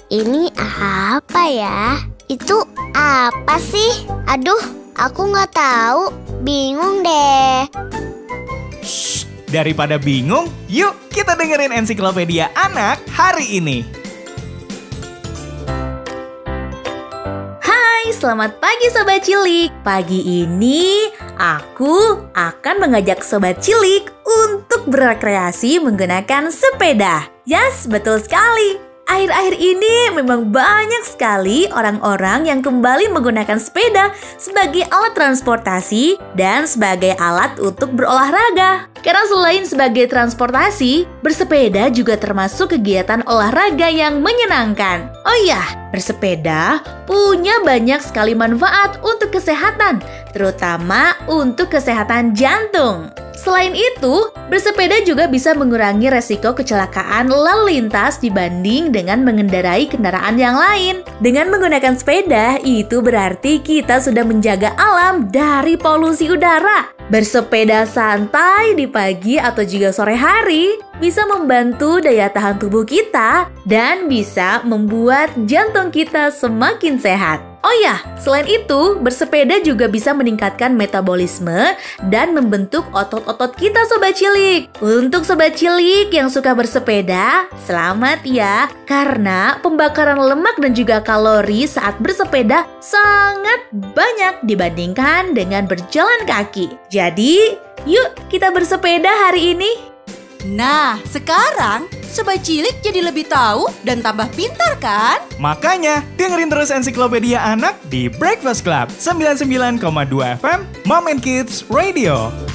Ini apa ya? Itu apa sih? Aduh, aku nggak tahu. Bingung deh. Shh, daripada bingung, yuk kita dengerin Ensiklopedia Anak hari ini. Hai, selamat pagi Sobat Cilik. Pagi ini aku akan mengajak Sobat Cilik untuk berekreasi menggunakan sepeda. Yes, betul sekali. Akhir-akhir ini memang banyak sekali orang-orang yang kembali menggunakan sepeda sebagai alat transportasi dan sebagai alat untuk berolahraga. Karena selain sebagai transportasi, bersepeda juga termasuk kegiatan olahraga yang menyenangkan. Oh iya, bersepeda punya banyak sekali manfaat untuk kesehatan, terutama untuk kesehatan jantung. Selain itu, bersepeda juga bisa mengurangi resiko kecelakaan lalu lintas dibanding dengan mengendarai kendaraan yang lain. Dengan menggunakan sepeda, itu berarti kita sudah menjaga alam dari polusi udara. Bersepeda santai di pagi atau juga sore hari bisa membantu daya tahan tubuh kita dan bisa membuat jantung kita semakin sehat. Oh ya, selain itu, bersepeda juga bisa meningkatkan metabolisme dan membentuk otot-otot kita Sobat Cilik. Untuk Sobat Cilik yang suka bersepeda, selamat ya, karena pembakaran lemak dan juga kalori saat bersepeda sangat banyak dibandingkan dengan berjalan kaki. Jadi, yuk kita bersepeda hari ini. Nah, sekarang Sobat Cilik jadi lebih tahu dan tambah pintar kan? Makanya, dengerin terus Ensiklopedia Anak di Breakfast Club 99,2 FM Mom and Kids Radio.